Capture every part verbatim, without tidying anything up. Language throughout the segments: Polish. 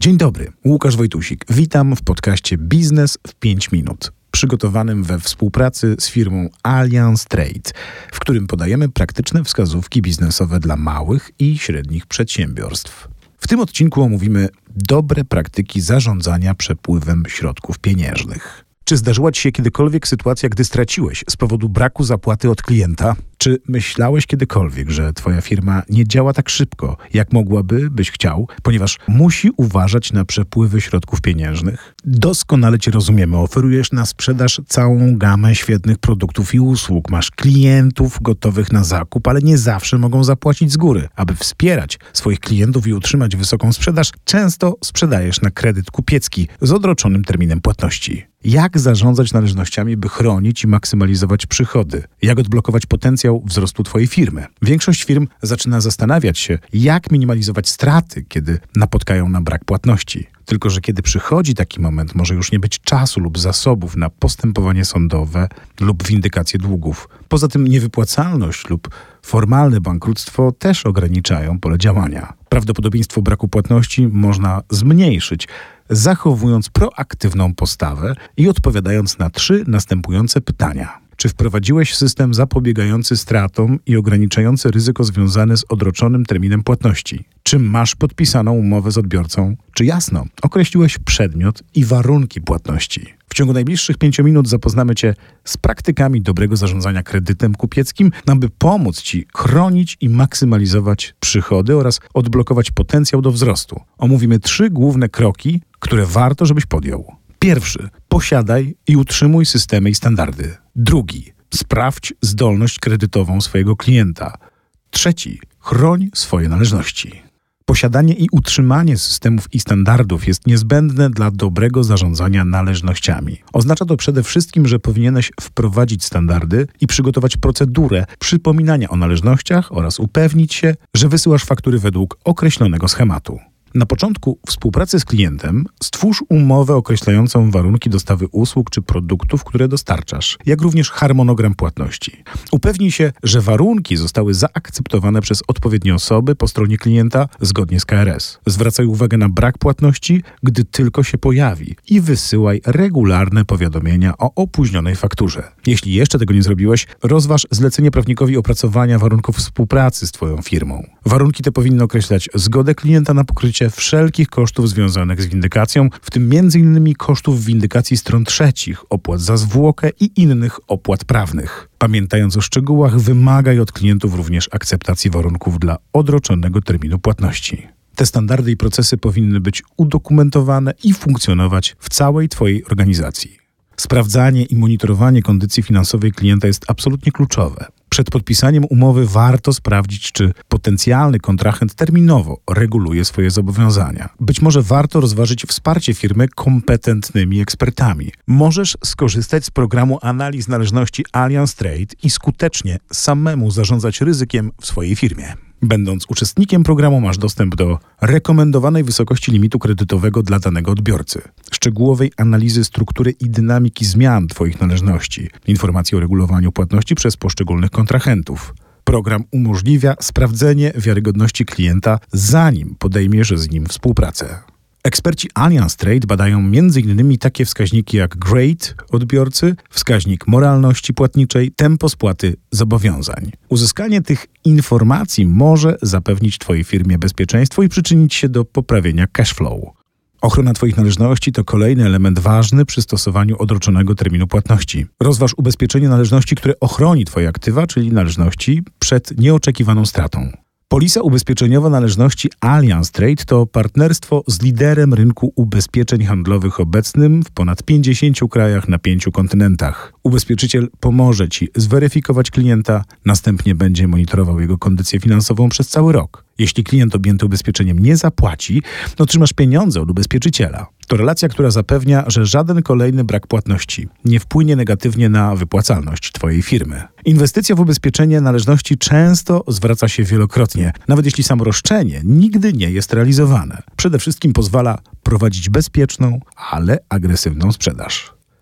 Dzień dobry, Łukasz Wojtusik. Witam w podcaście Biznes w pięć minut, przygotowanym we współpracy z firmą Allianz Trade, w którym podajemy praktyczne wskazówki biznesowe dla małych i średnich przedsiębiorstw. W tym odcinku omówimy dobre praktyki zarządzania przepływem środków pieniężnych. Czy zdarzyła Ci się kiedykolwiek sytuacja, gdy straciłeś z powodu braku zapłaty od klienta? Czy myślałeś kiedykolwiek, że Twoja firma nie działa tak szybko, jak mogłaby, byś chciał, ponieważ musi uważać na przepływy środków pieniężnych? Doskonale Cię rozumiemy. Oferujesz na sprzedaż całą gamę świetnych produktów i usług. Masz klientów gotowych na zakup, ale nie zawsze mogą zapłacić z góry. Aby wspierać swoich klientów i utrzymać wysoką sprzedaż, często sprzedajesz na kredyt kupiecki z odroczonym terminem płatności. Jak zarządzać należnościami, by chronić i maksymalizować przychody? Jak odblokować potencjał wzrostu Twojej firmy? Większość firm zaczyna zastanawiać się, jak minimalizować straty, kiedy napotkają na brak płatności. Tylko że kiedy przychodzi taki moment, może już nie być czasu lub zasobów na postępowanie sądowe lub windykację długów. Poza tym niewypłacalność lub formalne bankructwo też ograniczają pole działania. Prawdopodobieństwo braku płatności można zmniejszyć, zachowując proaktywną postawę i odpowiadając na trzy następujące pytania. Czy wprowadziłeś system zapobiegający stratom i ograniczający ryzyko związane z odroczonym terminem płatności? Czy masz podpisaną umowę z odbiorcą? Czy jasno określiłeś przedmiot i warunki płatności? W ciągu najbliższych pięciu minut zapoznamy Cię z praktykami dobrego zarządzania kredytem kupieckim, aby pomóc Ci chronić i maksymalizować przychody oraz odblokować potencjał do wzrostu. Omówimy trzy główne kroki, które warto, żebyś podjął. Pierwszy. Posiadaj i utrzymuj systemy i standardy. Drugi. Sprawdź zdolność kredytową swojego klienta. Trzeci. Chroń swoje należności. Posiadanie i utrzymanie systemów i standardów jest niezbędne dla dobrego zarządzania należnościami. Oznacza to przede wszystkim, że powinieneś wprowadzić standardy i przygotować procedurę przypominania o należnościach oraz upewnić się, że wysyłasz faktury według określonego schematu. Na początku współpracy z klientem stwórz umowę określającą warunki dostawy usług czy produktów, które dostarczasz, jak również harmonogram płatności. Upewnij się, że warunki zostały zaakceptowane przez odpowiednie osoby po stronie klienta zgodnie z K R S. Zwracaj uwagę na brak płatności, gdy tylko się pojawi i wysyłaj regularne powiadomienia o opóźnionej fakturze. Jeśli jeszcze tego nie zrobiłeś, rozważ zlecenie prawnikowi opracowania warunków współpracy z Twoją firmą. Warunki te powinny określać zgodę klienta na pokrycie wszelkich kosztów związanych z windykacją, w tym między innymi kosztów windykacji stron trzecich, opłat za zwłokę i innych opłat prawnych. Pamiętając o szczegółach, wymagaj od klientów również akceptacji warunków dla odroczonego terminu płatności. Te standardy i procesy powinny być udokumentowane i funkcjonować w całej Twojej organizacji. Sprawdzanie i monitorowanie kondycji finansowej klienta jest absolutnie kluczowe. Przed podpisaniem umowy warto sprawdzić, czy potencjalny kontrahent terminowo reguluje swoje zobowiązania. Być może warto rozważyć wsparcie firmy kompetentnymi ekspertami. Możesz skorzystać z programu analiz należności Allianz Trade i skutecznie samemu zarządzać ryzykiem w swojej firmie. Będąc uczestnikiem programu, masz dostęp do rekomendowanej wysokości limitu kredytowego dla danego odbiorcy, szczegółowej analizy struktury i dynamiki zmian Twoich należności, informacji o regulowaniu płatności przez poszczególnych kontrahentów. Program umożliwia sprawdzenie wiarygodności klienta, zanim podejmiesz z nim współpracę. Eksperci Allianz Trade badają między innymi takie wskaźniki jak grade odbiorcy, wskaźnik moralności płatniczej, tempo spłaty zobowiązań. Uzyskanie tych informacji może zapewnić Twojej firmie bezpieczeństwo i przyczynić się do poprawienia cash flow. Ochrona Twoich należności to kolejny element ważny przy stosowaniu odroczonego terminu płatności. Rozważ ubezpieczenie należności, które ochroni Twoje aktywa, czyli należności, przed nieoczekiwaną stratą. Polisa ubezpieczeniowa należności Allianz Trade to partnerstwo z liderem rynku ubezpieczeń handlowych obecnym w ponad pięćdziesięciu krajach na pięciu kontynentach. Ubezpieczyciel pomoże Ci zweryfikować klienta, następnie będzie monitorował jego kondycję finansową przez cały rok. Jeśli klient objęty ubezpieczeniem nie zapłaci, otrzymasz pieniądze od ubezpieczyciela. To relacja, która zapewnia, że żaden kolejny brak płatności nie wpłynie negatywnie na wypłacalność Twojej firmy. Inwestycja w ubezpieczenie należności często zwraca się wielokrotnie, nawet jeśli samo roszczenie nigdy nie jest realizowane. Przede wszystkim pozwala prowadzić bezpieczną, ale agresywną sprzedaż.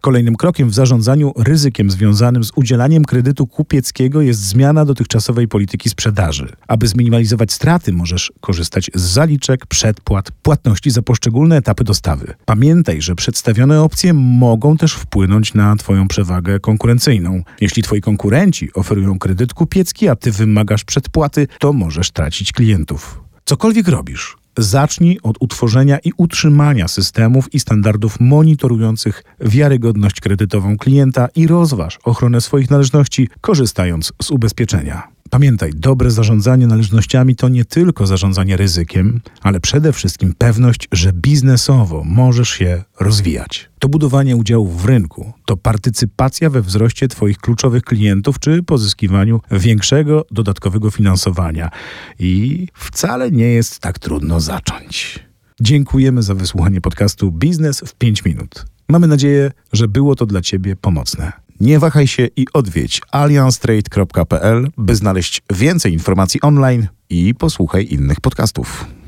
Kolejnym krokiem w zarządzaniu ryzykiem związanym z udzielaniem kredytu kupieckiego jest zmiana dotychczasowej polityki sprzedaży. Aby zminimalizować straty, możesz korzystać z zaliczek, przedpłat, płatności za poszczególne etapy dostawy. Pamiętaj, że przedstawione opcje mogą też wpłynąć na Twoją przewagę konkurencyjną. Jeśli Twoi konkurenci oferują kredyt kupiecki, a Ty wymagasz przedpłaty, to możesz tracić klientów. Cokolwiek robisz, zacznij od utworzenia i utrzymania systemów i standardów monitorujących wiarygodność kredytową klienta i rozważ ochronę swoich należności, korzystając z ubezpieczenia. Pamiętaj, dobre zarządzanie należnościami to nie tylko zarządzanie ryzykiem, ale przede wszystkim pewność, że biznesowo możesz się rozwijać. To budowanie udziałów w rynku, to partycypacja we wzroście Twoich kluczowych klientów czy pozyskiwaniu większego dodatkowego finansowania. I wcale nie jest tak trudno zacząć. Dziękujemy za wysłuchanie podcastu Biznes w pięć minut. Mamy nadzieję, że było to dla Ciebie pomocne. Nie wahaj się i odwiedź allianz trade kropka p l, by znaleźć więcej informacji online i posłuchaj innych podcastów.